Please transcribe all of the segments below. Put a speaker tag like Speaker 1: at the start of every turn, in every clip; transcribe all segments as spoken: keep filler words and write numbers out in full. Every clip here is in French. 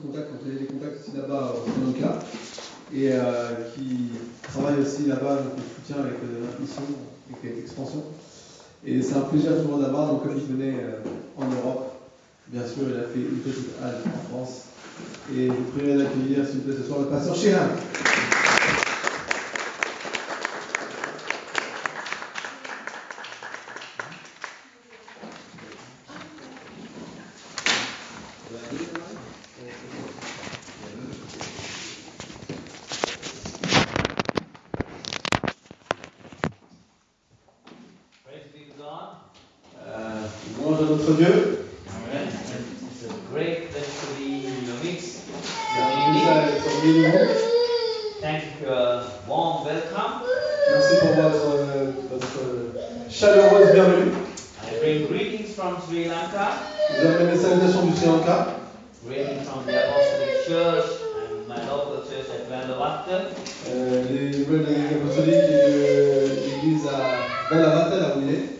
Speaker 1: Contact, on a des contacts aussi là-bas au Sri Lanka et euh, qui travaille aussi là-bas, donc le soutien avec euh, l'impression, avec l'expansion. Et c'est un plaisir toujours d'avoir, donc comme il venait euh, en Europe, bien sûr, il a fait une petite halte en France. Et je vous prierai d'accueillir, s'il vous plaît, ce soir, le pasteur Shehan. Notre Dieu.
Speaker 2: Amen. It's a great pleasure to be in your midst. Thank you for a warm welcome.
Speaker 1: Merci pour votre, votre chaleureuse bienvenue.
Speaker 2: I bring greetings from Sri Lanka.
Speaker 1: Vous avez les salutations du Sri Lanka.
Speaker 2: Greetings from the Apostolic Church and my local church at Velavatta.
Speaker 1: Euh, les nouvelles de l'Église apostolique et de l'Église à Velavatta, là où il est.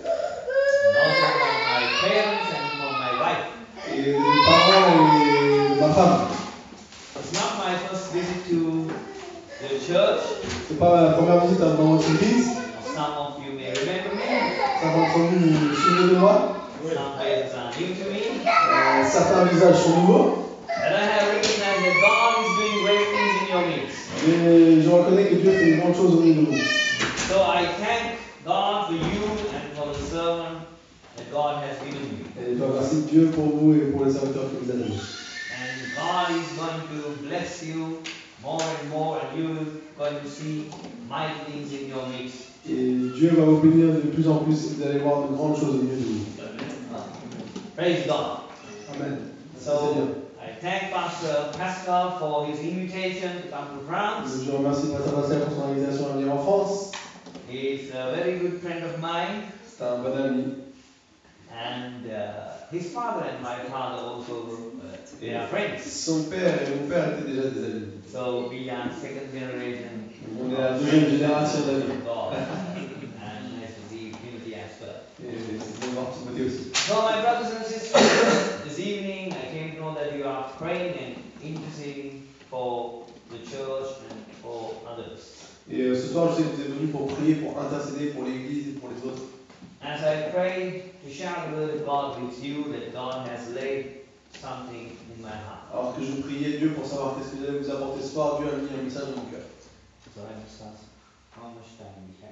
Speaker 1: Et mes parents et ma femme.
Speaker 2: It's not my first visit to the church.
Speaker 1: C'est pas la première visite dans votre église.
Speaker 2: Some of you may remember me.
Speaker 1: Certains d'entre vous vous souvenez de moi.
Speaker 2: Some faces are new to me.
Speaker 1: Euh, certains visages sont nouveaux.
Speaker 2: And I have recognized that God is doing great things in your midst.
Speaker 1: Et je reconnais que Dieu fait de grandes choses au milieu de vous.
Speaker 2: So I thank God for you and for the servant that God has given you.
Speaker 1: Et je remercie Dieu pour vous et pour les serviteurs que vous avez.
Speaker 2: And God is going to bless you more and more, and you're going to see mighty things in your midst.
Speaker 1: Et Dieu va vous bénir de plus en plus et vous allez voir de grandes choses au milieu de vous.
Speaker 2: Praise God.
Speaker 1: Amen.
Speaker 2: So I thank Pastor Pascal for his invitation to come to France.
Speaker 1: Je remercie Pasteur Pascal pour son invitation à venir en France.
Speaker 2: He is a very good friend of mine.
Speaker 1: C'est un bon ami.
Speaker 2: And uh, his father and my father also uh, they are friends.
Speaker 1: Son père et mon père étaient déjà des amis.
Speaker 2: So we are second generation.
Speaker 1: On est la deuxième génération d'amis.
Speaker 2: God. And nice to see Timothy as well.
Speaker 1: Et c'est bien voir Timothée aussi.
Speaker 2: So my brothers and sisters, this evening I came to know that you are praying and interceding for the church and for others.
Speaker 1: Et euh, ce soir, je sais que vous êtes venus pour prier, pour intercéder pour l'Église et pour les autres.
Speaker 2: As I pray to share the word of God with you, that God has laid something in my heart.
Speaker 1: Alors que je priais Dieu pour savoir qu'est-ce que j'allais vous apporter ce soir, Dieu a mis un message dans mon cœur.
Speaker 2: So I must ask, how much time we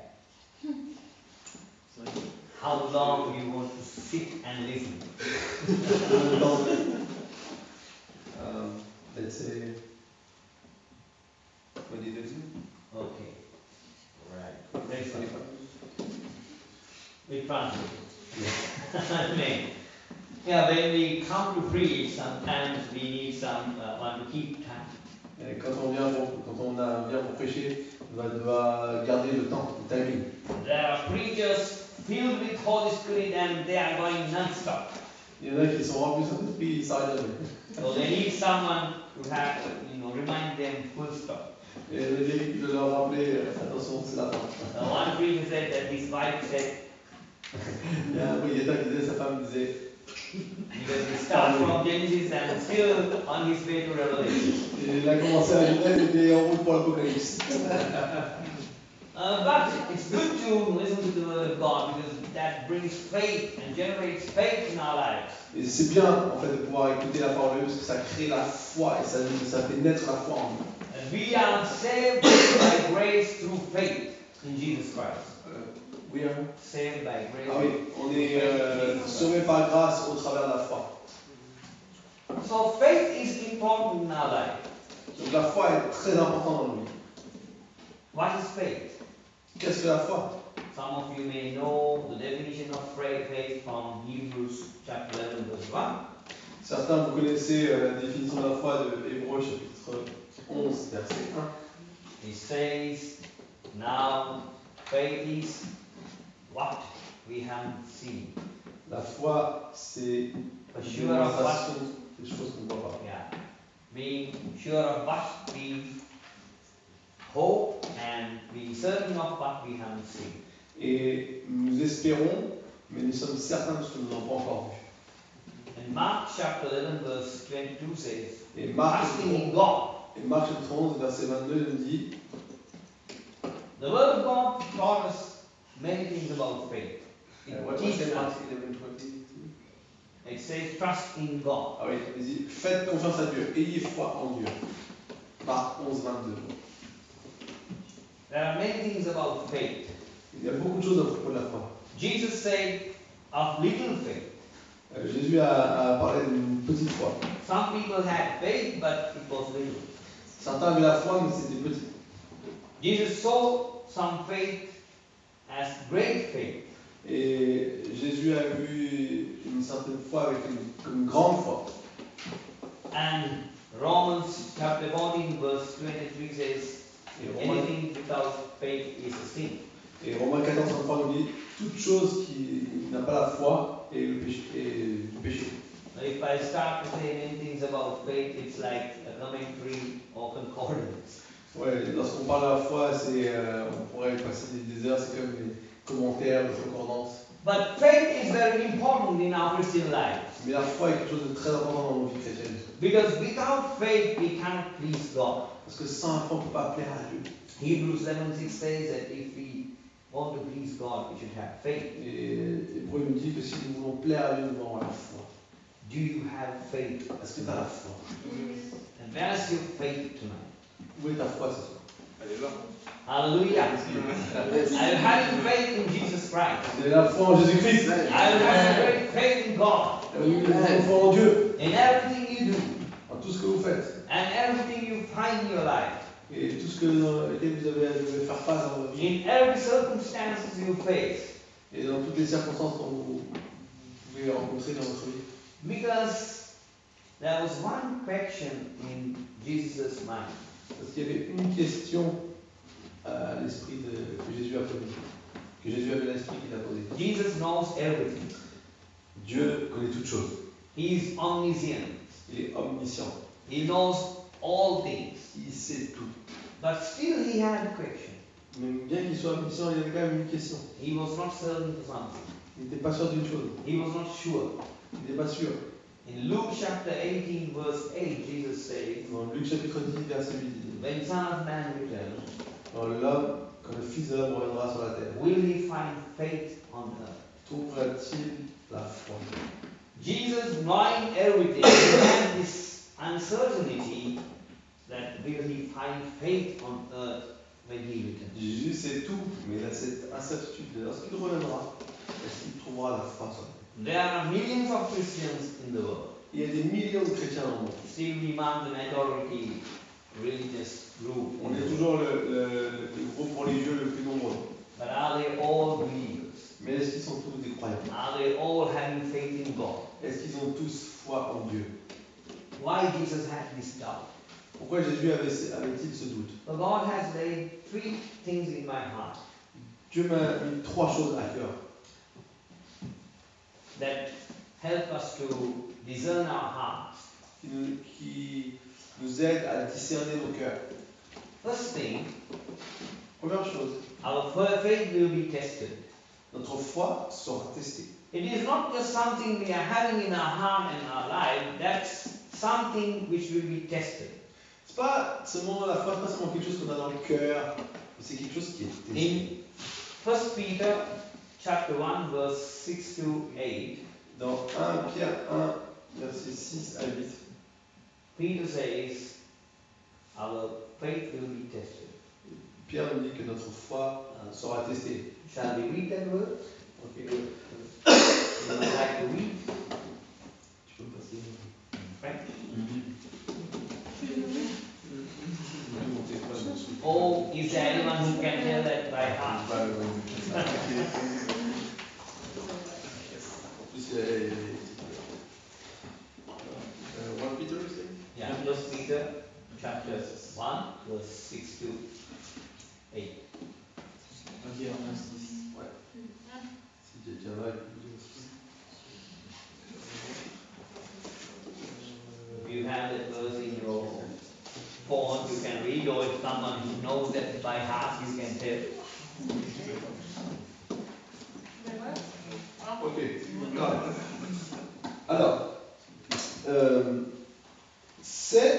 Speaker 2: have? How long you want to sit and listen?
Speaker 1: um, let's say twenty minutes.
Speaker 2: Okay. Right. Next one. We translate. Amen. Yeah, when we come to preach, sometimes we need someone to keep time.
Speaker 1: Et quand on vient pour, quand on a, vient pour prêcher, on va devoir garder le temps, le timing.
Speaker 2: There are preachers filled with Holy Spirit and they are going non-stop.
Speaker 1: Il y en a qui sont remplis de l'esprit, ils s'arrêtent jamais.
Speaker 2: So they need someone to have, you know, remind them full stop.
Speaker 1: Et le mérite de leur rappeler, attention, c'est la fin.
Speaker 2: So one preacher said that his wife said,
Speaker 1: il y a un prédicateur qui disait, sa femme disait,
Speaker 2: because he starts from Genesis and still on his way to Revelation.
Speaker 1: Et il a commencé à Genèse et il était en route pour l'Apocalypse.
Speaker 2: Uh, but it's good to listen to the word of God because that brings faith and generates faith in our lives.
Speaker 1: Et c'est bien en fait de pouvoir écouter la parole de Dieu parce que ça crée la foi et ça, ça fait naître la foi en nous.
Speaker 2: And we are saved by grace through faith in Jesus Christ.
Speaker 1: Euh, oui, hein?
Speaker 2: Saved by grace.
Speaker 1: Ah oui, on est euh, sauvé par grâce au travers de la foi.
Speaker 2: So faith is important in our life.
Speaker 1: Donc la foi est très importante dans nos vies.
Speaker 2: What is faith?
Speaker 1: Qu'est-ce que la foi?
Speaker 2: Some of you may know the definition of faith from Hebrews chapter eleven verse one.
Speaker 1: Certains vous connaissez euh, la définition de la foi de Hébreux chapitre onze verset un.
Speaker 2: It says, now faith is what we haven't seen.
Speaker 1: La foi, c'est la
Speaker 2: Sure of what?
Speaker 1: des choses qu'on ne voit pas.
Speaker 2: Yeah. Being sure of what we hope and being certain of what we haven't seen.
Speaker 1: Et nous espérons, mais nous sommes certains de ce que nous n'avons pas encore vu.
Speaker 2: And Mark chapter eleven verse twenty-two says,
Speaker 1: Et Marc,
Speaker 2: trusting in God.
Speaker 1: et Marc chapitre onze, verset vingt-deux, nous dit
Speaker 2: The Word of God taught us many things about faith. It
Speaker 1: uh, what was
Speaker 2: teaches
Speaker 1: it, Mark
Speaker 2: us.
Speaker 1: eleven twenty?
Speaker 2: It says trust in God.
Speaker 1: Ah oui, il dit faites confiance à Dieu, ayez foi en Dieu. Marc onze, vingt-deux.
Speaker 2: There are many things about faith.
Speaker 1: Il y a beaucoup de choses à propos de la foi.
Speaker 2: Jesus said of little faith.
Speaker 1: Euh, Jésus a, a parlé d'une petite foi.
Speaker 2: Some people had faith, but it was little.
Speaker 1: Certains avaient la foi, mais c'était petit.
Speaker 2: Jesus saw some faith as great faith.
Speaker 1: Et Jésus a vu une certaine foi avec une, comme une grande foi.
Speaker 2: And Romans chapter fourteen verse twenty-three says,
Speaker 1: Et Romains,
Speaker 2: anything without faith is a sin.
Speaker 1: et Romains quatorze, vingt-trois nous dit toute chose qui n'a pas la foi est, le péché, est du péché.
Speaker 2: If I start to say many things about faith, it's like a commentary or concordance.
Speaker 1: Ouais, lorsqu'on parle de la foi, c'est, euh, on pourrait passer des, des heures, c'est comme des commentaires, des concordances.
Speaker 2: But faith is very important in our Christian life.
Speaker 1: Mais la foi est quelque chose de très important dans nos vies chrétiennes.
Speaker 2: Because without faith, we cannot please God.
Speaker 1: Parce que sans la foi, on ne peut pas plaire à Dieu.
Speaker 2: Hebrews eleven six says that if we want to please God, we should have faith.
Speaker 1: Et Hébreu nous dit que si nous voulons plaire à Dieu, nous devons avoir la foi.
Speaker 2: Do you have faith?
Speaker 1: Est-ce que tu as la foi?
Speaker 2: And where's your faith tonight?
Speaker 1: Où est ta foi ce soir?
Speaker 3: Elle est là.
Speaker 2: Hallelujah. I have faith in Jesus Christ.
Speaker 1: C'est la foi en Jésus-Christ.
Speaker 2: I have great faith in God.
Speaker 1: Vous avez la foi en Dieu,
Speaker 2: In everything you do,
Speaker 1: en tout ce que vous faites.
Speaker 2: and everything you find in your life,
Speaker 1: Et tout ce que, dans lequel vous avez, vous devez faire face dans votre vie.
Speaker 2: in every circumstances you face,
Speaker 1: Et dans toutes les circonstances dont vous pouvez rencontrer dans votre vie.
Speaker 2: because there was one question in Jesus' mind.
Speaker 1: Parce qu'il y avait une question à l'esprit de, que Jésus a posée. Que Jésus avait l'esprit qu'il a posé.
Speaker 2: Jesus knows everything.
Speaker 1: Dieu connaît toutes choses.
Speaker 2: He is omniscient.
Speaker 1: Il est omniscient.
Speaker 2: He knows all things.
Speaker 1: Il sait tout.
Speaker 2: But still he had a question.
Speaker 1: Mais bien qu'il soit omniscient, il y avait quand même une question.
Speaker 2: He was not certain to something.
Speaker 1: Il n'était pas sûr d'une chose.
Speaker 2: He was not sure.
Speaker 1: Il n'était pas sûr.
Speaker 2: In Luke chapter eighteen verse eight, Jesus says,
Speaker 1: Dans Luc chapitre dix, verset huit, il dit,
Speaker 2: when Son of Man returns,
Speaker 1: quand l'homme, quand le Fils de l'homme reviendra sur la terre,
Speaker 2: will he find faith on earth?
Speaker 1: trouvera-t-il la foi?
Speaker 2: Jesus, knowing everything, had this uncertainty that will he find faith on earth when he returns?
Speaker 1: Jésus sait tout, mais il a cette incertitude. Lorsqu'il reviendra, est-ce qu'il trouvera la foi sur la terre?
Speaker 2: There are millions of Christians in the world.
Speaker 1: Il y a des millions de chrétiens dans le monde.
Speaker 2: Still we among the majority religious group.
Speaker 1: On est toujours le, le, le groupe religieux le plus nombreux.
Speaker 2: But are they all believers?
Speaker 1: Mais est-ce qu'ils sont tous des croyants?
Speaker 2: Are they all having faith in God?
Speaker 1: Est-ce qu'ils ont tous foi en Dieu?
Speaker 2: Why Jesus had this doubt?
Speaker 1: Pourquoi Jésus avait, avait-il ce doute?
Speaker 2: So God has laid three things in my heart
Speaker 1: Dieu m'a mis trois choses à cœur
Speaker 2: that help us to discern our hearts.
Speaker 1: qui nous, qui nous aident à discerner nos cœurs.
Speaker 2: First thing,
Speaker 1: Première chose,
Speaker 2: our faith will be tested.
Speaker 1: notre foi sera testée.
Speaker 2: It is not just something we are having in our heart and our life, that's something which will be tested.
Speaker 1: C'est pas seulement la foi, c'est pas seulement quelque chose qu'on a dans le cœur, mais c'est quelque chose qui est testé.
Speaker 2: In First Peter chapter one verse six to eight,
Speaker 1: Dans premier Pierre un, versets six à huit,
Speaker 2: Peter says our faith will be tested.
Speaker 1: Pierre nous dit que notre foi euh, sera testée.
Speaker 2: Shall we read that word?
Speaker 1: Ok.
Speaker 2: You would like to read
Speaker 1: Tu peux me passer
Speaker 2: in French? Or is there anyone who can tell that by heart?
Speaker 1: one Peter, you say?
Speaker 2: Yeah, First Peter chapter one verse six to eight.
Speaker 1: Ouais. Si quelqu'un là, écoute aussi.
Speaker 2: If you have that verse in your phone, you can read, or if someone who knows that by heart, you can tell.
Speaker 1: Ok. Alors, euh, c'est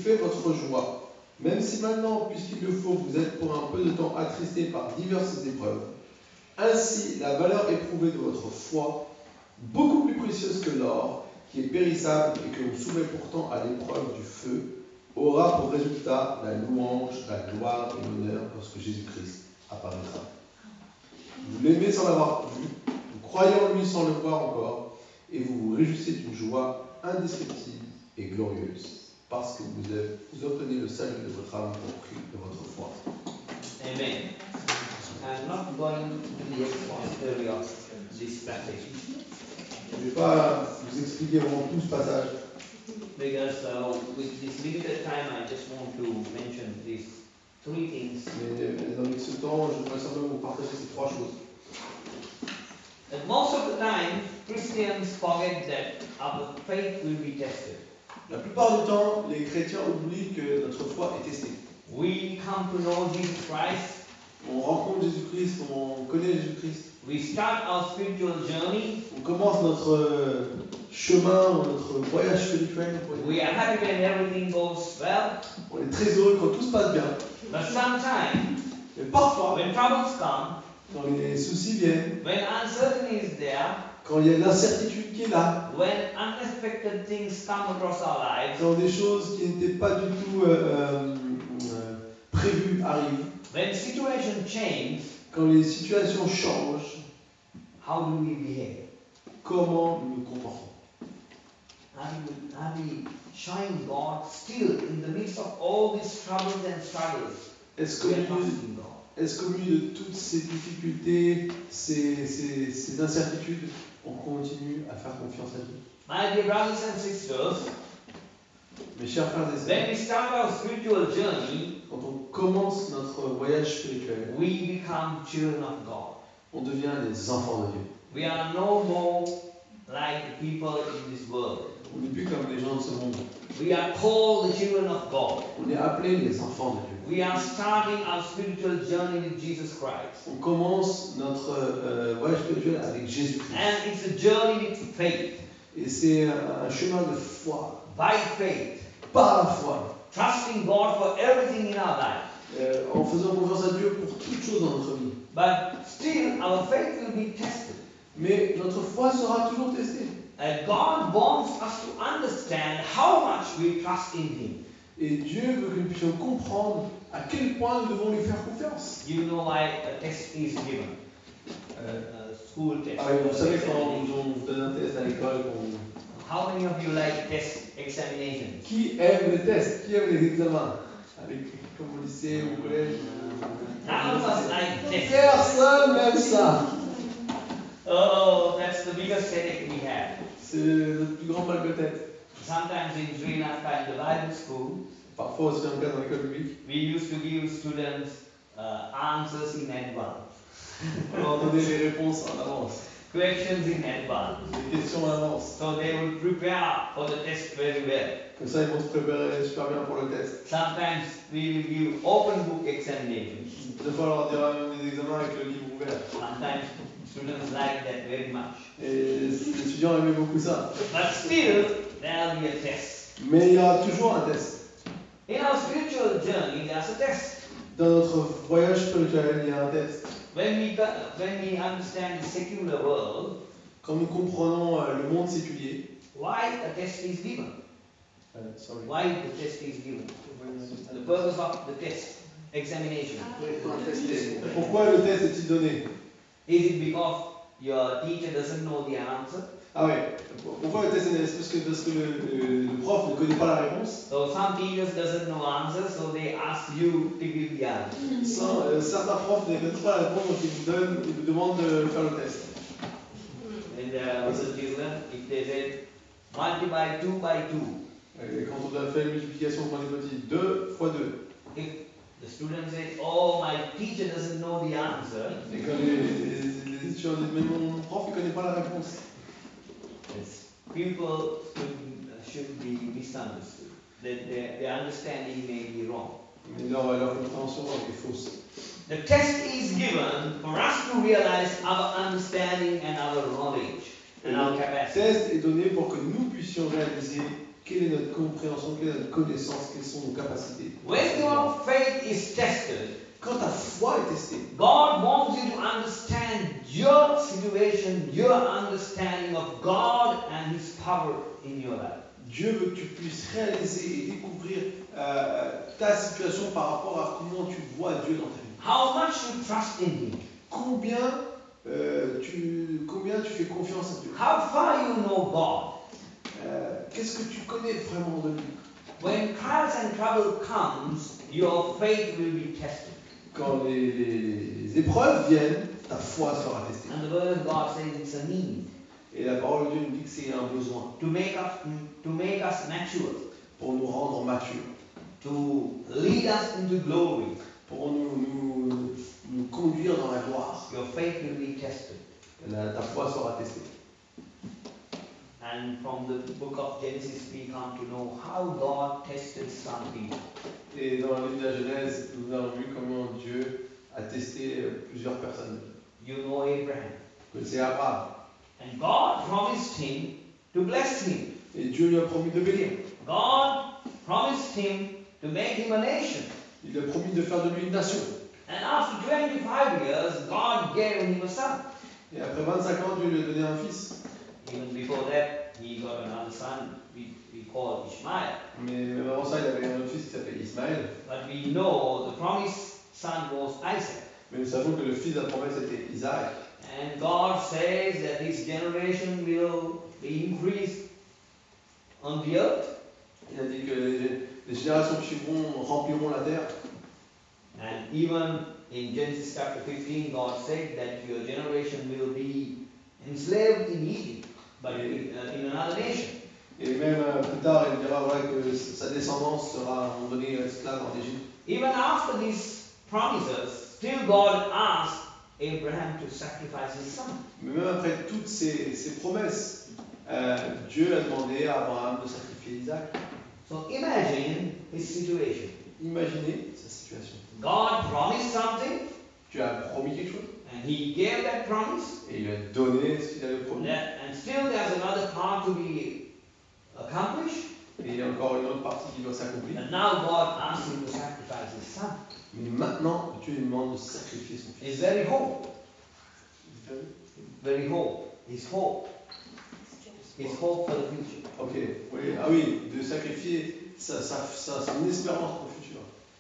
Speaker 3: fait votre joie. Même si maintenant, puisqu'il le faut, vous êtes pour un peu de temps attristés par diverses épreuves, ainsi la valeur éprouvée de votre foi, beaucoup plus précieuse que l'or, qui est périssable et que l'on soumet pourtant à l'épreuve du feu, aura pour résultat la louange, la gloire et l'honneur lorsque Jésus-Christ apparaîtra. Vous l'aimez sans l'avoir vu, vous croyez en lui sans le voir encore, et vous vous réjouissez d'une joie indescriptible et glorieuse, parce que vous, avez, vous obtenez le salut de votre âme au prix de votre foi.
Speaker 2: Amen. I'm not going to the expository of this passage
Speaker 3: Je ne vais pas vous expliquer vraiment tout ce passage,
Speaker 2: because uh, with this limited time, I just want to mention these three things.
Speaker 3: mais avec ce temps, je voudrais simplement vous partager ces trois choses.
Speaker 2: And most of the time, Christians forget that our faith will be tested.
Speaker 3: La plupart du temps, les chrétiens oublient que notre foi est testée.
Speaker 2: We come to know Jesus Christ.
Speaker 3: On rencontre Jésus-Christ, on connaît Jésus-Christ.
Speaker 2: We start our spiritual journey.
Speaker 3: On commence notre chemin, notre voyage spirituel.
Speaker 2: We are happy when everything goes well.
Speaker 3: On est très heureux quand tout se passe bien.
Speaker 2: But sometimes,
Speaker 3: Mais parfois,
Speaker 2: when troubles come,
Speaker 3: quand les soucis viennent,
Speaker 2: when uncertainty is there,
Speaker 3: quand il y a de l'incertitude qui est là,
Speaker 2: when unexpected things come across our lives,
Speaker 3: quand des choses qui n'étaient pas du tout euh, euh, prévues arrivent,
Speaker 2: when situation change,
Speaker 3: quand les situations changent,
Speaker 2: how do we behave?
Speaker 3: comment nous nous comportons?
Speaker 2: Are we, are we showing God still in the midst of all these troubles and struggles?
Speaker 3: Est-ce qu'au
Speaker 2: We are
Speaker 3: milieu,
Speaker 2: trusting God.
Speaker 3: est-ce qu'au milieu de toutes ces difficultés, ces, ces, ces incertitudes, on continue à faire confiance à Dieu?
Speaker 2: My dear brothers and sisters,
Speaker 3: Mes chers frères et sœurs,
Speaker 2: when we start our spiritual journey,
Speaker 3: quand on commence notre voyage spirituel,
Speaker 2: we become children of God.
Speaker 3: on devient des enfants de Dieu.
Speaker 2: We are no more like the people in this world.
Speaker 3: On n'est plus comme les gens de ce monde.
Speaker 2: We are called the children of God.
Speaker 3: On est appelés les enfants de Dieu.
Speaker 2: We are starting our spiritual journey with Jesus Christ.
Speaker 3: On commence notre euh, voyage spirituel avec Jésus-Christ.
Speaker 2: And it's a journey with faith.
Speaker 3: Et c'est un, un chemin de foi,
Speaker 2: By faith.
Speaker 3: par la foi,
Speaker 2: Trusting God for everything in our life.
Speaker 3: euh, en faisant confiance à Dieu pour toutes choses dans notre vie.
Speaker 2: But still, our faith will be tested.
Speaker 3: Mais notre foi sera toujours testée.
Speaker 2: And God wants us to understand how much we trust in Him.
Speaker 3: Et Dieu veut que nous puissions comprendre à quel point nous devons lui faire confiance.
Speaker 2: You know why a test is given? A, a school test.
Speaker 3: Ah, et vous savez, quand on vous donne un test à l'école, on...
Speaker 2: How many of you like test examinations?
Speaker 3: qui aime les tests? Qui aime les examens? Avec, comme au lycée ou au collège?
Speaker 2: None of us like tests.
Speaker 3: Personne n'aime ça.
Speaker 2: Oh, that's the biggest headache we have.
Speaker 3: C'est notre plus grand mal de tête.
Speaker 2: Sometimes in Sri Lanka, in the Bible school,
Speaker 3: Parfois aussi en cas dans l'école publique,
Speaker 2: we used to give students uh, answers in advance,
Speaker 3: on leur donnait les réponses en avance,
Speaker 2: questions in advance.
Speaker 3: les questions en avance.
Speaker 2: So they would prepare for the test very well.
Speaker 3: Comme ça, ils vont se préparer super bien pour le test.
Speaker 2: Sometimes we will give open book examinations.
Speaker 3: Des fois, on leur dira même des examens avec le livre ouvert.
Speaker 2: Sometimes students like that very much.
Speaker 3: Et les étudiants aimaient beaucoup ça.
Speaker 2: But still, there will be a test.
Speaker 3: Mais il y aura toujours un test.
Speaker 2: In our spiritual journey, there's a test.
Speaker 3: Dans notre voyage spirituel, il y a un test.
Speaker 2: When we, when we understand the secular world,
Speaker 3: Quand nous comprenons euh, le monde séculier,
Speaker 2: why a test is given?
Speaker 3: euh, sorry.
Speaker 2: Why the test is given? The purpose of the test, examination.
Speaker 3: Pourquoi le test est-il donné?
Speaker 2: Is it because your teacher doesn't know the answer?
Speaker 3: Ah oui. Pourquoi le test est donné? C'est parce que, parce que le, le, le prof ne connaît pas la réponse.
Speaker 2: So some teachers doesn't know answer, so they ask you to give the answer.
Speaker 3: Sans, euh, certains profs ne connaissent pas la réponse, donc ils vous, donnent, ils vous demandent de faire le test.
Speaker 2: And there was a children, if they said multiply two by two,
Speaker 3: Et quand on a fait une multiplication par les petits, deux fois deux.
Speaker 2: if the student said, oh, my teacher doesn't know the answer,
Speaker 3: Et quand les, les, les étudiants disent, mais mon prof ne connaît pas la réponse.
Speaker 2: people should, should be misunderstood. That their, their understanding may be wrong.
Speaker 3: Mais leur, leur compréhension est fausse.
Speaker 2: The test is given for us to realize our understanding and our knowledge and our
Speaker 3: Le
Speaker 2: capacity.
Speaker 3: test est donné pour que nous puissions réaliser quelle est notre compréhension, quelle est notre connaissance, quelles sont nos capacités.
Speaker 2: When your faith is tested,
Speaker 3: Quand ta foi est testée,
Speaker 2: God wants you to understand your situation, your understanding of God and His power in your life.
Speaker 3: Dieu veut que tu puisses réaliser et découvrir euh, ta situation par rapport à comment tu vois Dieu dans ta vie.
Speaker 2: How much you trust in Him.
Speaker 3: Combien, euh, tu, combien tu fais confiance à Dieu.
Speaker 2: How far you know God.
Speaker 3: Euh, Qu'est-ce que tu connais vraiment de lui?
Speaker 2: When trials and trouble comes, your faith will be tested.
Speaker 3: Quand les, les épreuves viennent, ta foi sera testée.
Speaker 2: And the word of God says it's a need
Speaker 3: Et la parole de Dieu nous dit que c'est un besoin
Speaker 2: to make us to make us mature,
Speaker 3: pour nous rendre matures,
Speaker 2: to lead us into glory.
Speaker 3: pour nous, nous, nous conduire dans la gloire.
Speaker 2: Your faith will be tested.
Speaker 3: La, ta foi sera testée.
Speaker 2: And from the book of Genesis, we come to know how God tested some people.
Speaker 3: Et dans le livre de la Genèse, nous avons vu comment Dieu a testé plusieurs personnes.
Speaker 2: You know Abraham.
Speaker 3: Vous connaissez Abraham.
Speaker 2: And God promised him to bless him.
Speaker 3: Et Dieu lui a promis de bénir.
Speaker 2: God promised him to make him a nation.
Speaker 3: Il a promis de faire de lui une nation.
Speaker 2: And after twenty-five years, God gave him a son.
Speaker 3: Et après vingt-cinq ans, Dieu lui a donné un fils.
Speaker 2: Even before that, he got another son we, we call Ishmael.
Speaker 3: Mais même avant ça, il avait un autre fils qui s'appelait Ismaël.
Speaker 2: But we know the promised son was Isaac.
Speaker 3: Mais nous savons que le fils de la promesse était Isaac.
Speaker 2: And God says that his generation will be increased on the earth.
Speaker 3: Il a dit que les, les générations qui suivront rempliront la terre.
Speaker 2: And even in Genesis chapter fifteen, God said that your generation will be enslaved in Egypt, but in, uh, in another nation.
Speaker 3: Et même euh, plus tard, il dira ouais, que sa descendance sera à un moment donné esclave en Égypte.
Speaker 2: Even after these promises, still God asked Abraham to sacrifice his son.
Speaker 3: Mais même après toutes ces, ces promesses, euh, Dieu a demandé à Abraham de sacrifier Isaac.
Speaker 2: So imagine his situation.
Speaker 3: Imaginez sa situation.
Speaker 2: God promised something,
Speaker 3: Dieu a promis quelque chose
Speaker 2: and he gave that promise.
Speaker 3: et il a donné ce qu'il avait promis.
Speaker 2: That, and still there's another part to be accomplished.
Speaker 3: Et il y a encore une autre partie qui doit s'accomplir.
Speaker 2: And now God asked him to sacrifice his son.
Speaker 3: Mais maintenant, Dieu lui demande de sacrifier son fils.
Speaker 2: His very hope. Very hope. His hope. His hope for the future.
Speaker 3: Ok, oui, ah oui, de sacrifier sa, sa, sa, son espérance pour le futur.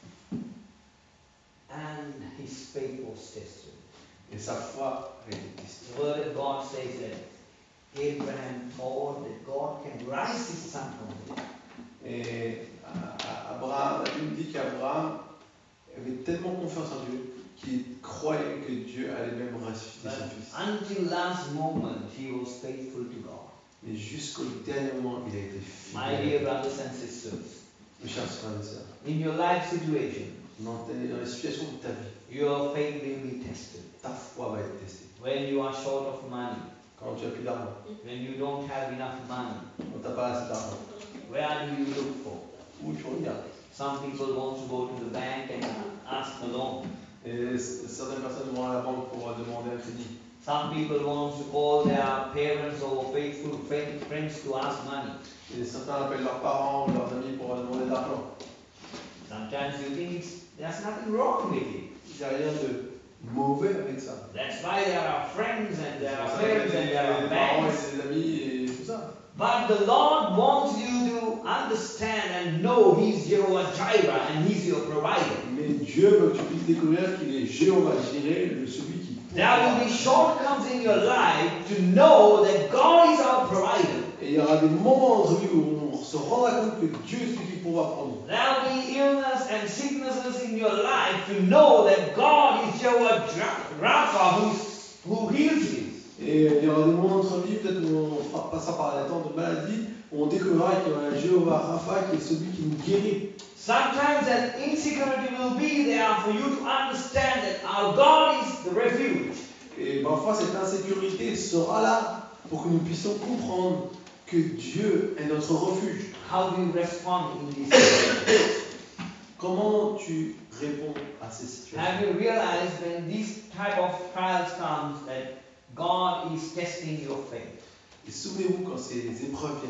Speaker 2: And his faith was tested.
Speaker 3: Et sa foi a été testée.
Speaker 2: The word of God says that Abraham thought that God can rise his son from the dead.
Speaker 3: Et à- à Abraham, la Bible dit qu'Abraham avait tellement confiance en Dieu qu'il croyait que Dieu allait même ressusciter son
Speaker 2: But
Speaker 3: fils.
Speaker 2: until last moment, he was faithful to God.
Speaker 3: Mais jusqu'au dernier moment, il a été
Speaker 2: My
Speaker 3: fidèle.
Speaker 2: dear brothers and sisters,
Speaker 3: Mes chers frères et sœurs,
Speaker 2: in your life situation,
Speaker 3: dans, tes- dans les situations de ta vie,
Speaker 2: your faith will be tested.
Speaker 3: ta foi va être testée.
Speaker 2: When you are short of money,
Speaker 3: Quand tu n'as plus d'argent,
Speaker 2: when you don't have enough money,
Speaker 3: quand tu n'as pas assez d'argent,
Speaker 2: where do you look for?
Speaker 3: où tu regardes.
Speaker 2: Some people want to go to the bank and ask a loan.
Speaker 3: Et c- certaines personnes vont à la banque pour demander un crédit.
Speaker 2: Some people want to call their parents or faithful friend- friends to ask money.
Speaker 3: Et certains appellent leurs parents ou leurs amis pour demander de l'argent.
Speaker 2: Sometimes you think it's, there's nothing wrong with it.
Speaker 3: Il n'y a rien de mauvais avec ça.
Speaker 2: That's why there are friends and there
Speaker 3: C'est
Speaker 2: are
Speaker 3: pour ça qu'il y a
Speaker 2: parents and there are
Speaker 3: des parents
Speaker 2: banks.
Speaker 3: et des amis et tout ça.
Speaker 2: But the Lord wants you to understand and know He's Jehovah Jireh and He's your provider.
Speaker 3: Mais Dieu veut que tu puisses découvrir qu'il est Jéhovah Jireh, le celui qui
Speaker 2: There will be shortcomings in your life to know that God is our provider.
Speaker 3: Et il y aura des moments dans notre vie où on se rendra compte que Dieu est celui qui pourra prendre.
Speaker 2: There will be illness and sicknesses in your life to know that God is Jehovah Rapha who, is, who heals you.
Speaker 3: Et il y aura des moments dans notre vie peut-être où on fera- passera par les temps de maladie, où on découvrira qu'il y a un Jéhovah Rapha qui est celui qui nous guérit.
Speaker 2: Sometimes an insecurity will be there for you to understand that our God is the refuge.
Speaker 3: Et parfois cette insécurité sera là pour que nous puissions comprendre que Dieu est notre refuge.
Speaker 2: How do you respond in these situations?
Speaker 3: Comment tu réponds à ces situations?
Speaker 2: Have you realized when these type of trials comes that God is testing your faith?
Speaker 3: Et souvenez-vous quand ces épreuves viennent,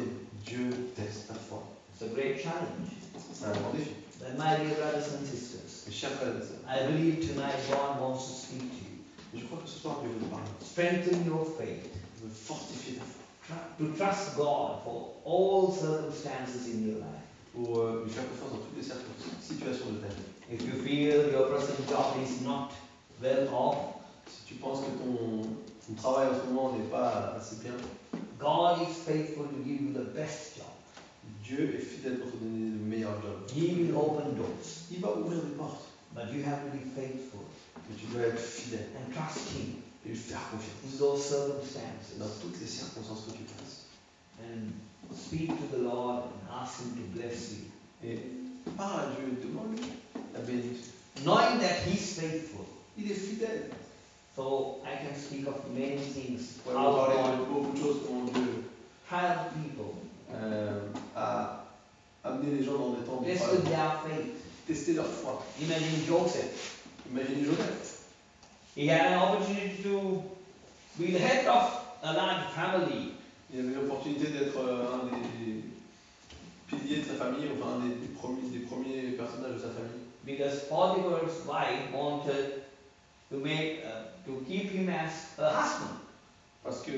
Speaker 3: Dieu teste ta foi.
Speaker 2: It's a great challenge.
Speaker 3: C'est un grand défi.
Speaker 2: But my dear brothers and sisters,
Speaker 3: Mes chers frères et sœurs,
Speaker 2: I believe tonight God wants to speak to you.
Speaker 3: je crois que ce soir Dieu veut nous parler.
Speaker 2: Strengthen your faith.
Speaker 3: Il veut fortifier ta foi.
Speaker 2: Tr- To trust God for all circumstances in your life.
Speaker 3: Pour euh, lui faire confiance dans toutes les circonstances, situations de ta vie.
Speaker 2: If you feel your present job is not well off,
Speaker 3: Si tu penses que ton, ton travail en ce moment n'est pas assez bien,
Speaker 2: God is faithful to give you the best job.
Speaker 3: Dieu est fidèle pour te donner le meilleur job.
Speaker 2: He will open doors.
Speaker 3: Il va ouvrir des portes,
Speaker 2: But you have to be faithful
Speaker 3: mais tu dois être fidèle
Speaker 2: and trust Him
Speaker 3: et lui faire confiance
Speaker 2: in those circumstances.
Speaker 3: dans toutes les circonstances que tu passes.
Speaker 2: And speak to the Lord and ask Him to bless you.
Speaker 3: Et parle à Dieu, demande-lui la bénédiction.
Speaker 2: Knowing that He's faithful.
Speaker 3: Il est fidèle.
Speaker 2: So I can speak of many things.
Speaker 3: On va
Speaker 2: How
Speaker 3: parler
Speaker 2: God
Speaker 3: de beaucoup de choses, comment Dieu
Speaker 2: help people.
Speaker 3: euh, a amené les gens dans des temps de
Speaker 2: Tested
Speaker 3: problème,
Speaker 2: their faith.
Speaker 3: tester leur foi.
Speaker 2: Imagine Joseph.
Speaker 3: Imaginez Joseph.
Speaker 2: He had an opportunity to be the head of a large family.
Speaker 3: Il avait l'opportunité d'être euh, un des piliers de sa famille, enfin un des, des, premiers, des premiers personnages de sa famille.
Speaker 2: Because Potiphar's wife wanted to make uh, to keep him as a husband.
Speaker 3: Parce que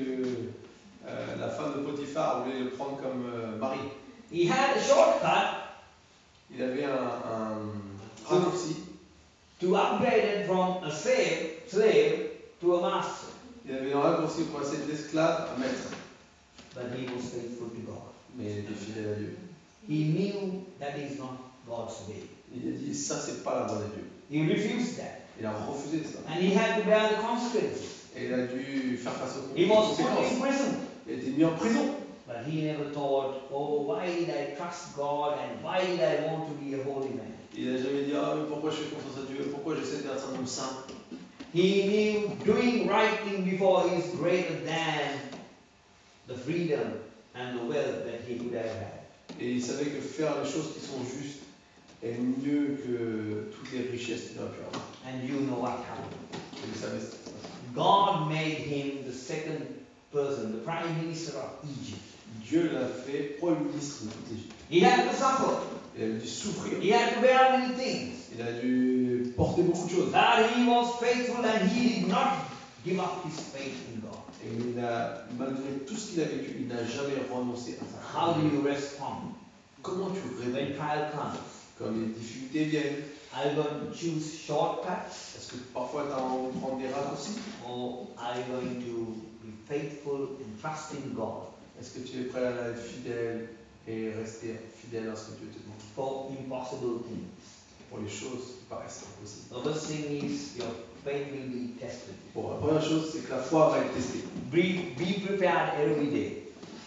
Speaker 3: euh, la femme de Potiphar voulait le prendre comme euh, mari.
Speaker 2: He had a shortcut
Speaker 3: Il avait un, un raccourci.
Speaker 2: to upgrade it from a slave slave to a master.
Speaker 3: Il avait un raccourci pour passer d'esclave à maître.
Speaker 2: But he was faithful to God.
Speaker 3: Mais il était fidèle à Dieu.
Speaker 2: He knew that is not God's way.
Speaker 3: Il a dit ça c'est pas la voie de Dieu.
Speaker 2: He refused that.
Speaker 3: Il a refusé ça.
Speaker 2: And he had to bear the consequences.
Speaker 3: Et il a dû faire face aux
Speaker 2: He was put in
Speaker 3: conséquences.
Speaker 2: prison.
Speaker 3: Il a été mis en prison.
Speaker 2: But he never thought, oh, why did I trust God and why did I want to be a holy man?
Speaker 3: Il n'a jamais dit ah, mais pourquoi je fais confiance à Dieu, pourquoi j'essaie d'être un homme saint.
Speaker 2: He knew doing right thing before is greater than the freedom and the wealth that he could have had.
Speaker 3: Et il savait que faire les choses qui sont justes est mieux que toutes les richesses qu'il aurait pu avoir.
Speaker 2: And you know what happened.
Speaker 3: Et il savait ça.
Speaker 2: God made him the second person, the prime minister of Egypt.
Speaker 3: Dieu l'a fait premier ministre de toute l'Égypte.
Speaker 2: He had to suffer.
Speaker 3: Il a dû souffrir.
Speaker 2: He had to bear many things.
Speaker 3: Il a dû porter beaucoup de choses.
Speaker 2: But he was faithful and he did not give up his faith in God.
Speaker 3: Et il a, malgré tout ce qu'il a vécu, il n'a jamais renoncé à ça.
Speaker 2: How do you respond
Speaker 3: Comment tu
Speaker 2: when
Speaker 3: réponds
Speaker 2: trial comes?
Speaker 3: quand les difficultés viennent?
Speaker 2: Are you going to choose shortcuts
Speaker 3: Est-ce que parfois tu as envie de prendre des raccourcis?
Speaker 2: or are you going to be faithful and trust in God
Speaker 3: Est-ce que tu es prêt à être fidèle et rester fidèle à ce que Dieu te demande
Speaker 2: for impossible things?
Speaker 3: pour les choses qui paraissent impossibles?
Speaker 2: The first thing is your faith will be tested.
Speaker 3: Bon, la première chose, c'est que la foi va être testée.
Speaker 2: Be, be prepared every day.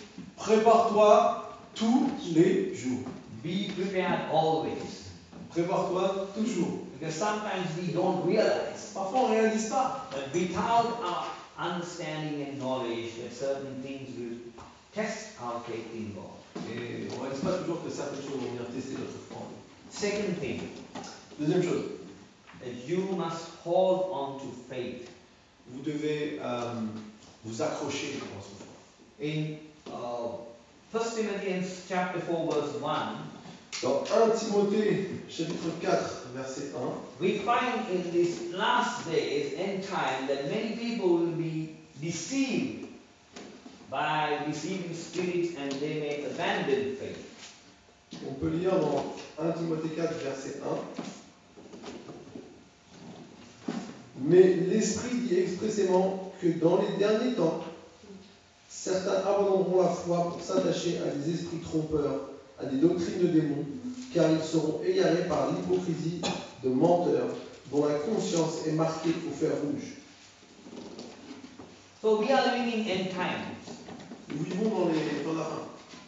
Speaker 3: Prépare-toi tous les jours.
Speaker 2: Be prepared always.
Speaker 3: Prépare-toi toujours.
Speaker 2: Because sometimes we don't realize,
Speaker 3: Parfois, on ne réalise pas.
Speaker 2: but without our understanding and knowledge, that certain things will test our faith in God.
Speaker 3: Et on ne réalise pas toujours que certaines choses vont venir tester notre foi.
Speaker 2: Second thing,
Speaker 3: Deuxième chose,
Speaker 2: that you must hold on to faith.
Speaker 3: vous devez euh, vous accrocher à votre foi.
Speaker 2: In uh, First Timothy chapter four verse one,
Speaker 3: Dans un Timothée chapitre quatre verset un,
Speaker 2: we find in these last days and time that many people will be deceived by deceiving spirits and they may abandon faith.
Speaker 3: on peut lire dans un Timothée quatre verset un. Mais l'Esprit dit expressément que dans les derniers temps, certains abandonneront la foi pour s'attacher à des esprits trompeurs, à des doctrines de démons, car ils seront égarés par l'hypocrisie de menteurs dont la conscience est marquée au fer rouge.
Speaker 2: So we are living in end times.
Speaker 3: Nous vivons dans les temps de la fin.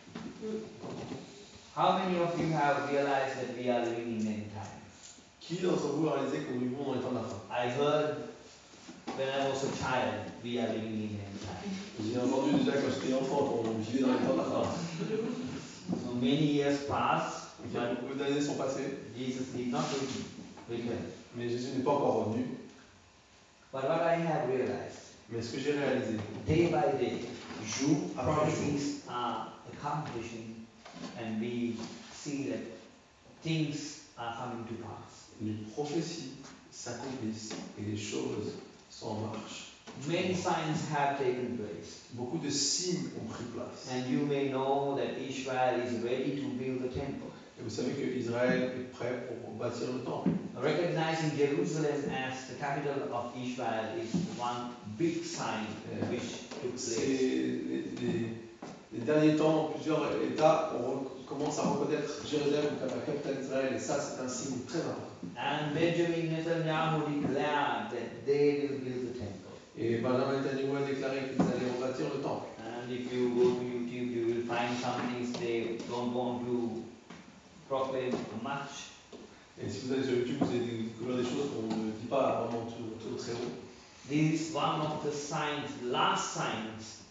Speaker 2: How many of you have realized that we are living in end times?
Speaker 3: Qui d'entre vous a réalisé que nous vivons dans les temps de la fin?
Speaker 2: I heard when I was a child, we are living in end times.
Speaker 3: J'ai entendu déjà quand j'étais enfant qu'on vivait dans les temps de la fin.
Speaker 2: So many years passed,
Speaker 3: Bien,
Speaker 2: but
Speaker 3: beaucoup d'années sont passées,
Speaker 2: Jesus did not return.
Speaker 3: mais Jésus n'est pas encore revenu.
Speaker 2: But what I have realized,
Speaker 3: Mais ce que j'ai réalisé,
Speaker 2: day by day,
Speaker 3: jour après jour,
Speaker 2: prophecies are accomplishing, and we see that things are coming to pass.
Speaker 3: Les prophéties s'accomplissent et les choses sont en marche.
Speaker 2: Many signs have taken place.
Speaker 3: Beaucoup de signes ont pris place.
Speaker 2: And you may know that Israel is ready to build the temple.
Speaker 3: Et vous savez que Israël est prêt pour bâtir le temple.
Speaker 2: Recognizing Jerusalem as the capital of Israel is one big sign which took
Speaker 3: C'est
Speaker 2: place.
Speaker 3: les, les, les derniers temps, plusieurs États on commencent à reconnaître Jérusalem comme la capitale d'Israël, et ça c'est un signe très important.
Speaker 2: And Benjamin Netanyahu declared that they will build the temple.
Speaker 3: Et Benjamin Netanyahu a déclaré qu'ils allaient rebâtir le temple.
Speaker 2: And if you go to YouTube, you will find some things they don't want to proclaim much.
Speaker 3: Et si vous allez sur YouTube, vous allez découvrir des choses qu'on ne dit pas vraiment tout, tout très haut.
Speaker 2: This is one of the signs, last signs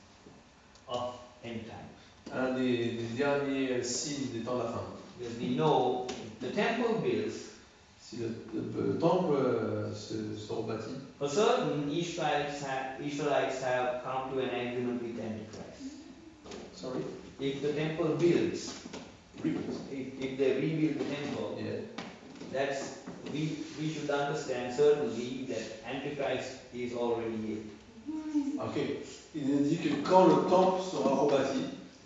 Speaker 2: of end time.
Speaker 3: Un des, des derniers signes des temps de la fin.
Speaker 2: Because we know the temple builds.
Speaker 3: Si le, le, le temple euh, se, se rebâtit,
Speaker 2: For certain, Israelites have, Israelites have come to an agreement with Antichrist.
Speaker 3: sorry,
Speaker 2: If the temple builds,
Speaker 3: rebuilt.
Speaker 2: if, if they rebuild the temple,
Speaker 3: Yeah.
Speaker 2: that's we we should understand certainly that Antichrist is already here.
Speaker 3: Ok. Il est dit que quand le temple sera rebâti,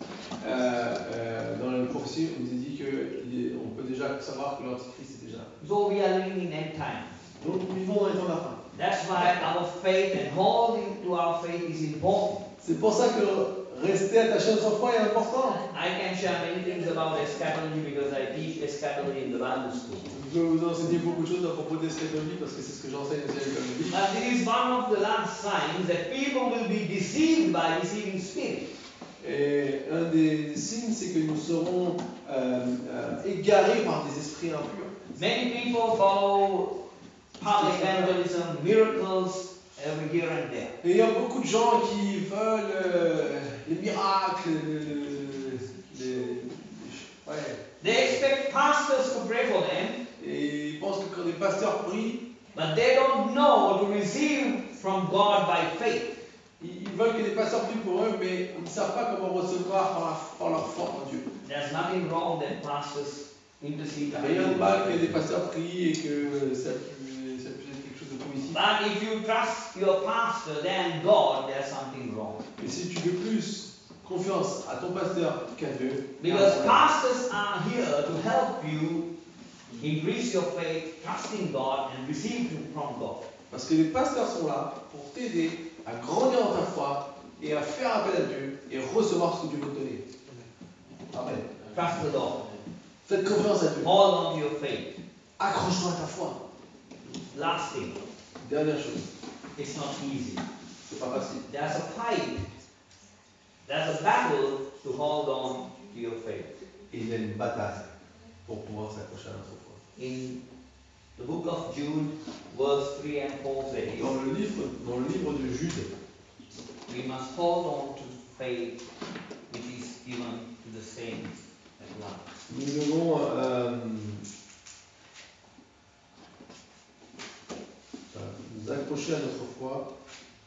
Speaker 3: euh, euh, dans la prophétie, on nous a dit qu'on peut déjà savoir que l'Antichrist est déjà là.
Speaker 2: So we are living in end time.
Speaker 3: Donc nous vivons dans les temps de la fin.
Speaker 2: That's why our faith and holding to our faith is important.
Speaker 3: C'est pour ça que rester attaché à notre foi est important.
Speaker 2: I can share many things about eschatology because I teach eschatology in the Bible school.
Speaker 3: Je peux vous enseigner beaucoup de choses à propos de l'eschatologie parce que c'est ce que j'enseigne aussi à l'école biblique.
Speaker 2: But this is one of the last signs that people will be deceived by deceiving spirits.
Speaker 3: Et un des signes, c'est que nous serons euh, euh, égarés par des esprits impurs.
Speaker 2: Many people follow power evangelism, miracles every here and there.
Speaker 3: Et il y a beaucoup de gens qui veulent euh, les miracles, les, les, les- ouais.
Speaker 2: They expect pastors to pray for them,
Speaker 3: Et ils pensent que quand des pasteurs prient,
Speaker 2: but they don't know to receive from God by faith.
Speaker 3: ils ils veulent que des pasteurs prient pour eux, mais ils ne savent pas comment recevoir par, la, par leur foi en Dieu.
Speaker 2: There's nothing wrong that pastors intercede.
Speaker 3: Il n'y a rien de mal que des pasteurs prient et que ça puisse, ça puisse être quelque chose de positif.
Speaker 2: But if you trust your pastor than God, there's something wrong.
Speaker 3: Et si tu fais plus confiance à ton pasteur qu'à Dieu,
Speaker 2: Because pastors are here to help you increase your faith, trust in God, and receive from God.
Speaker 3: parce que les pasteurs sont là pour t'aider à grandir dans ta foi et à faire appel à Dieu et recevoir ce que Dieu veut te donner. Amen.
Speaker 2: Trust the Lord.
Speaker 3: Faites confiance à Dieu.
Speaker 2: Hold on to your faith.
Speaker 3: Accroche-toi à ta foi.
Speaker 2: Last thing,
Speaker 3: Dernière chose,
Speaker 2: it's not easy.
Speaker 3: c'est pas facile.
Speaker 2: There's a fight. There's a battle to hold on to your faith.
Speaker 3: Et il y a une bataille pour pouvoir s'accrocher à notre foi.
Speaker 2: In the book of Jude, verse three and four says,
Speaker 3: Dans le livre, dans le livre de Jude,
Speaker 2: we must hold on to faith which is given to the saints at last.
Speaker 3: nous devons euh, nous accrocher à notre foi.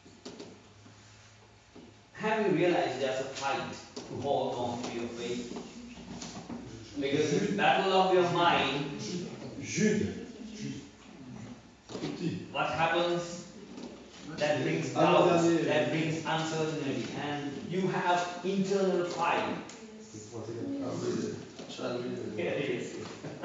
Speaker 2: Have you realized there's a fight to hold on to your faith? Because it's the battle of your mind.
Speaker 3: Jude, Jude, tout petit.
Speaker 2: What happens? That brings
Speaker 3: Ah,
Speaker 2: doubt,
Speaker 3: regardez.
Speaker 2: that brings uncertainty, and you have internal fight.
Speaker 3: Ah oui, Charles, oui, oui.
Speaker 2: Here it is.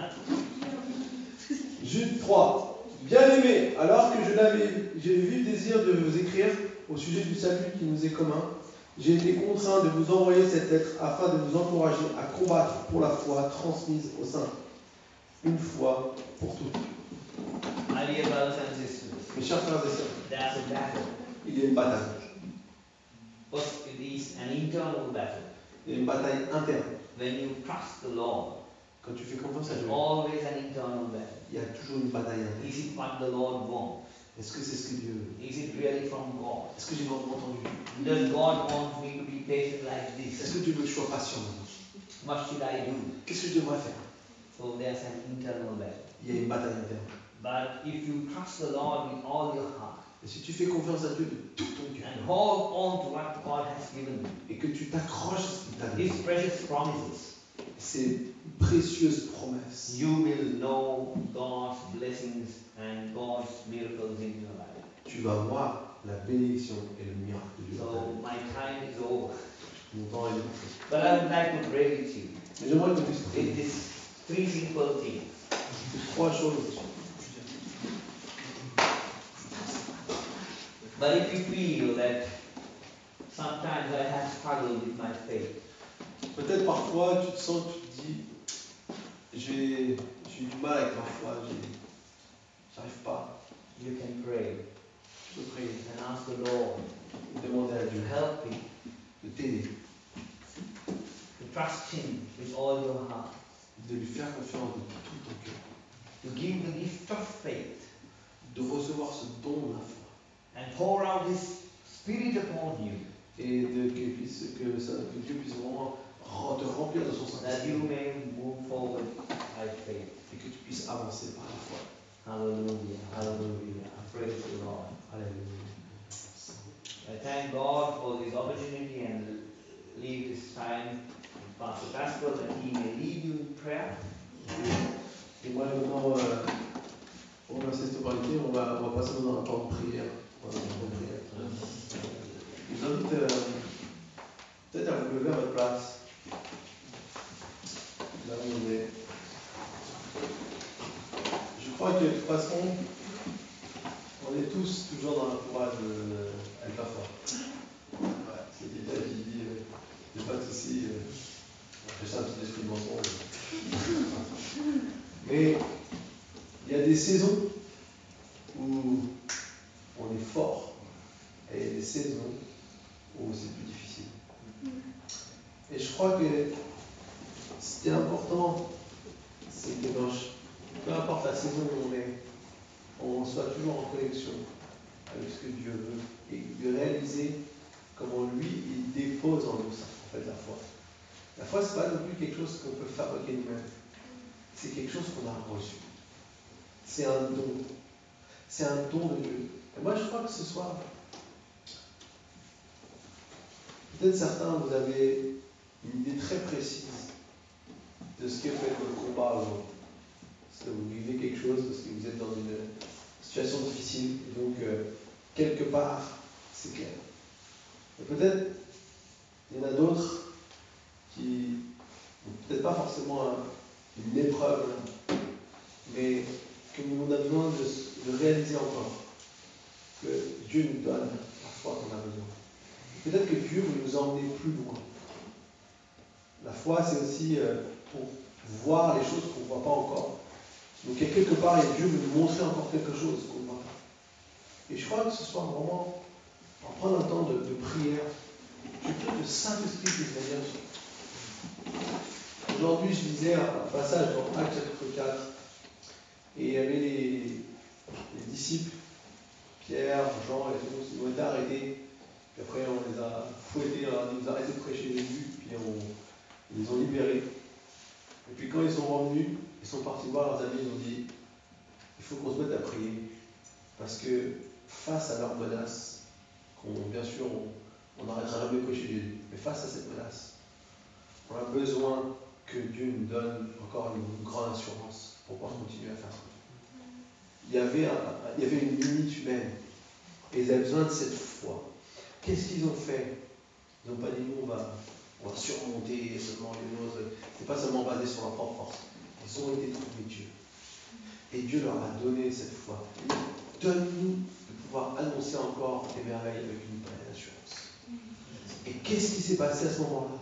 Speaker 3: Jude trois. Bien-aimés, alors que je l'avais, j'ai eu vif désir de vous écrire au sujet du salut qui nous est commun, j'ai été contraint de vous envoyer cette lettre afin de vous encourager à combattre pour la foi transmise aux saints, une fois pour toutes.
Speaker 2: My dear brothers and sisters,
Speaker 3: Mes chers frères et sœurs,
Speaker 2: there's a battle.
Speaker 3: il y a une bataille.
Speaker 2: First, it is an internal battle.
Speaker 3: Il y a une bataille interne.
Speaker 2: When you trust the Lord,
Speaker 3: Quand tu fais confiance à
Speaker 2: there's
Speaker 3: Dieu,
Speaker 2: always an internal battle.
Speaker 3: il y a toujours une bataille interne.
Speaker 2: Is it what the Lord wants?
Speaker 3: Est-ce que c'est ce que Dieu veut?
Speaker 2: Is it really from God?
Speaker 3: Est-ce que j'ai vraiment entendu?
Speaker 2: Does God want me to be patient like
Speaker 3: Est-ce
Speaker 2: this?
Speaker 3: que Dieu veut que je sois patient maintenant?
Speaker 2: What should I do?
Speaker 3: Qu'est-ce que je devrais faire?
Speaker 2: So there's an internal battle.
Speaker 3: Il y a une bataille interne.
Speaker 2: But if you trust the Lord with all your heart,
Speaker 3: Et si tu fais confiance à Dieu de tout ton cœur,
Speaker 2: and hold on to what God has given you,
Speaker 3: et que tu t'accroches à ce qu'il t'a donné,
Speaker 2: His precious promises,
Speaker 3: ces précieuses promesses,
Speaker 2: you will know God's blessings and God's miracles in your life.
Speaker 3: tu vas voir la bénédiction et le miracle de Dieu.
Speaker 2: So my time is over.
Speaker 3: Mon temps est passé.
Speaker 2: But I would like to pray with you
Speaker 3: Mais j'aimerais que tu puisses prier.
Speaker 2: with these three simple things.
Speaker 3: Ces trois choses.
Speaker 2: But if you feel that sometimes I have struggled with my faith,
Speaker 3: Peut-être parfois tu te sens, tu te dis, j'ai j'ai eu du mal avec ma foi, j'ai- j'arrive pas.
Speaker 2: you can pray
Speaker 3: Je peux prier,
Speaker 2: and ask the Lord
Speaker 3: demander à
Speaker 2: to
Speaker 3: Dieu
Speaker 2: help me
Speaker 3: de t'aider,
Speaker 2: to trust Him with all your heart,
Speaker 3: de lui faire confiance de tout ton cœur,
Speaker 2: to give the gift of faith
Speaker 3: de recevoir ce don de la foi
Speaker 2: and pour out His Spirit upon you,
Speaker 3: et de, que, puisse, que, ça, que Dieu puisse vraiment ren- te remplir de son
Speaker 2: that you
Speaker 3: Saint-Esprit
Speaker 2: may move forward by faith.
Speaker 3: et que tu puisses avancer par la foi.
Speaker 2: Hallelujah, hallelujah. Praise the Lord.
Speaker 3: Alléluia.
Speaker 2: I thank God for this opportunity and leave this time with Pastor Pascal that he may lead you in prayer.
Speaker 3: Et moi maintenant, euh, pour remercier cette opportunité, on va, on va passer dans un temps de prière. Voilà, un temps de prière. Je vous invite euh, peut-être à vous lever à votre place, là où on est. Je crois que de toute façon, on est tous toujours dans l'entourage avec la foi. Ouais, c'est quelqu'un qui dit, euh, il n'y a pas de souci, euh, on fait ça un petit esprit de mensonge. Mais il y a des saisons où on est fort et il y a des saisons où c'est plus difficile. Et je crois que ce qui est important, c'est que dans, peu importe la saison où on est, on soit toujours en connexion avec ce que Dieu veut et de réaliser comment lui, il dépose en nous ça, en fait, la foi. La foi, ce n'est pas non plus quelque chose qu'on peut fabriquer nous-mêmes. C'est quelque chose qu'on a reçu. C'est un don. C'est un don de Dieu. Et moi, je crois que ce soir, peut-être certains, vous avez une idée très précise de ce que peut être le combat aujourd'hui. Parce que vous vivez quelque chose, parce que vous êtes dans une situation difficile. Et donc, euh, quelque part, c'est clair. Et peut-être, il y en a d'autres qui n'ont peut-être pas forcément un, une épreuve, mais que nous avons besoin de, de réaliser encore que Dieu nous donne la foi qu'on a besoin. Peut-être que Dieu veut nous emmener plus loin. La foi, c'est aussi euh, pour voir les choses qu'on ne voit pas encore. Donc, quelque part, et Dieu veut nous montrer encore quelque chose qu'on ne voit pas. Et je crois que ce soit vraiment, en prendre un temps de, de prière, je prie le Saint-Esprit qui est derrière ça. Aujourd'hui, je lisais un passage dans Actes chapitre quatre, et il y avait les, les disciples, Pierre, Jean et tout, ils ont été arrêtés. Puis après, on les a fouettés, on a dit, vous arrêtez de prêcher Jésus, puis on, ils les ont libérés. Et puis quand ils sont revenus, ils sont partis voir leurs amis, ils ont dit, il faut qu'on se mette à prier, parce que face à leurs menaces, qu'on, bien sûr, on n'arrêtera jamais de prêcher Jésus, mais face à cette menace, on a besoin que Dieu nous donne encore une, une grande assurance pour pouvoir continuer à faire ça. Il y avait, un, il y avait une limite humaine, et ils avaient besoin de cette foi. Qu'est-ce qu'ils ont fait? Ils n'ont pas dit, nous, on va, on va surmonter seulement les choses. Ce n'est pas seulement basé sur leur propre force. Ils ont été trouver Dieu. Et Dieu leur a donné cette foi. Donne-nous de pouvoir annoncer encore des merveilles avec une pleine assurance. Et qu'est-ce qui s'est passé à ce moment-là?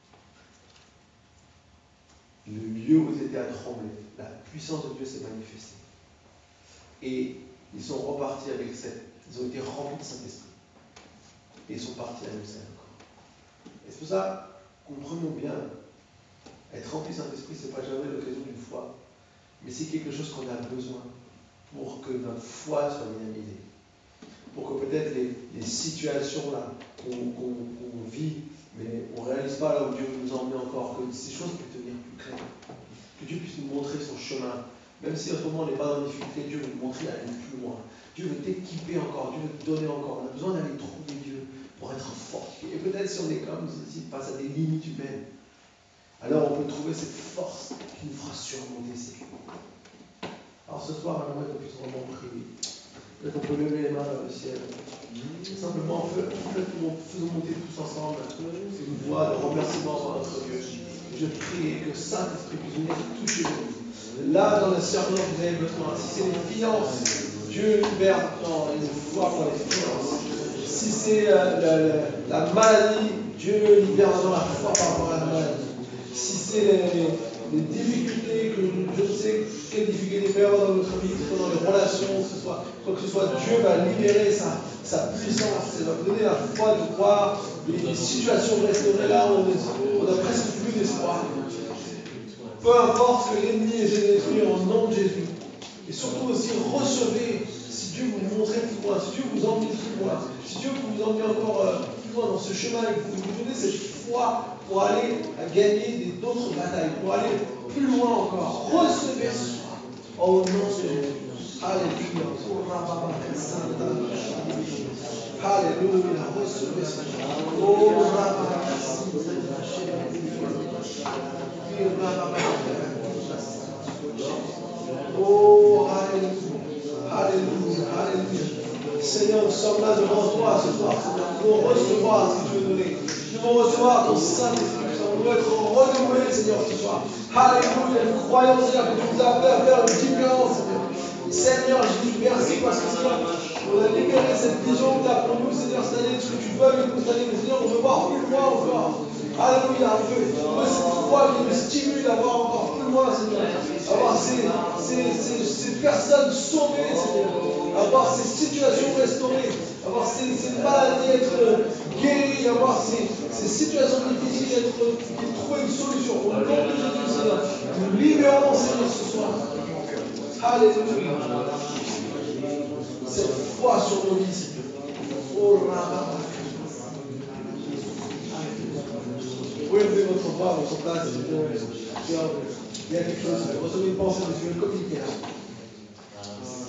Speaker 3: Le lieu où ils étaient à trembler, la puissance de Dieu s'est manifestée. Et ils sont repartis avec cette... Ils ont été remplis de Saint-Esprit. Et ils sont partis annoncer encore. Et c'est pour ça, comprenons bien, être rempli de Saint-Esprit, ce n'est pas jamais l'occasion d'une foi, mais c'est quelque chose qu'on a besoin pour que notre foi soit dynamisée. Pour que peut-être les, les situations là qu'on, qu'on, qu'on vit, mais on ne réalise pas là où Dieu veut nous emmener encore, que ces choses puissent devenir plus claires. Que Dieu puisse nous montrer son chemin. Même si en ce moment on n'est pas dans la difficulté, Dieu veut te montrer d'aller plus loin. Dieu veut t'équiper encore, Dieu veut te donner encore. On a besoin d'aller trouver Dieu pour être fortifié. Et peut-être si on est comme ici face à des limites humaines, alors on peut trouver cette force qui nous fera surmonter ces limites. Alors ce soir, j'aimerais qu'on puisse vraiment prier. Peut-être qu'on peut lever les mains vers le ciel. Et simplement, faisons monter tous ensemble une voix de remerciement à notre Dieu. Je prie que Saint-Esprit puisse venir toucher vous. Là, dans le serment, vous avez besoin. Si c'est les finances, Dieu libère maintenant une foi pour les finances. Si c'est euh, la, la maladie, Dieu libère maintenant la foi par rapport à la maladie. Si c'est les, les, les difficultés, que je ne sais quelles difficultés il peut y avoir dans notre vie, que ce soit dans les relations, que ce soit, quoi que ce soit, Dieu va libérer sa, sa puissance, il va vous donner la foi de voir les, les situations restaurer là où on n'a presque plus d'espoir. Peu importe ce que l'ennemi essaie de faire au nom de Jésus. Et surtout aussi, recevez, si Dieu vous montre plus loin, si Dieu vous emmène plus loin, si Dieu vous emmène encore euh, plus loin dans ce chemin et que vous vous donnez cette foi pour aller à gagner d'autres batailles, pour aller plus loin encore. Recevez ce soir, au nom de Jésus. Alléluia. Alléluia. Recevez ce soir. Oh, Oh, alléluia, alléluia, alléluia. Seigneur, nous sommes là devant toi ce soir, Seigneur. Nous voulons recevoir ce que tu veux donner. Nous voulons recevoir ton Saint-Esprit. Nous voulons être renouvelés, Seigneur, ce soir. Alléluia, nous croyons, Seigneur, que tu nous as fait faire une différence, Seigneur. Seigneur, je dis merci parce que, Seigneur, on a libéré cette vision que tu as pour nous, Seigneur, cette année, ce que tu veux avec nous cette année. Mais Seigneur, on veut voir plus loin encore. Alléluia, on veut, on veut cette foi qui nous stimule à voir encore plus loin, Seigneur. Avoir ces, ces, ces, ces personnes sauvées, Seigneur. Avoir ces situations restaurées. Avoir ces, ces maladies être guéries. Avoir ces, ces situations difficiles être trouver une solution. Au nom de Jésus, Seigneur. Nous libérons, Seigneur, ce soir. Alléluia. Cette foi sur nos vies, Seigneur. Oh, Rabba. Vous pouvez lever votre voix, votre place, il y a quelque chose, recevez une pensée de Dieu, communiquez là.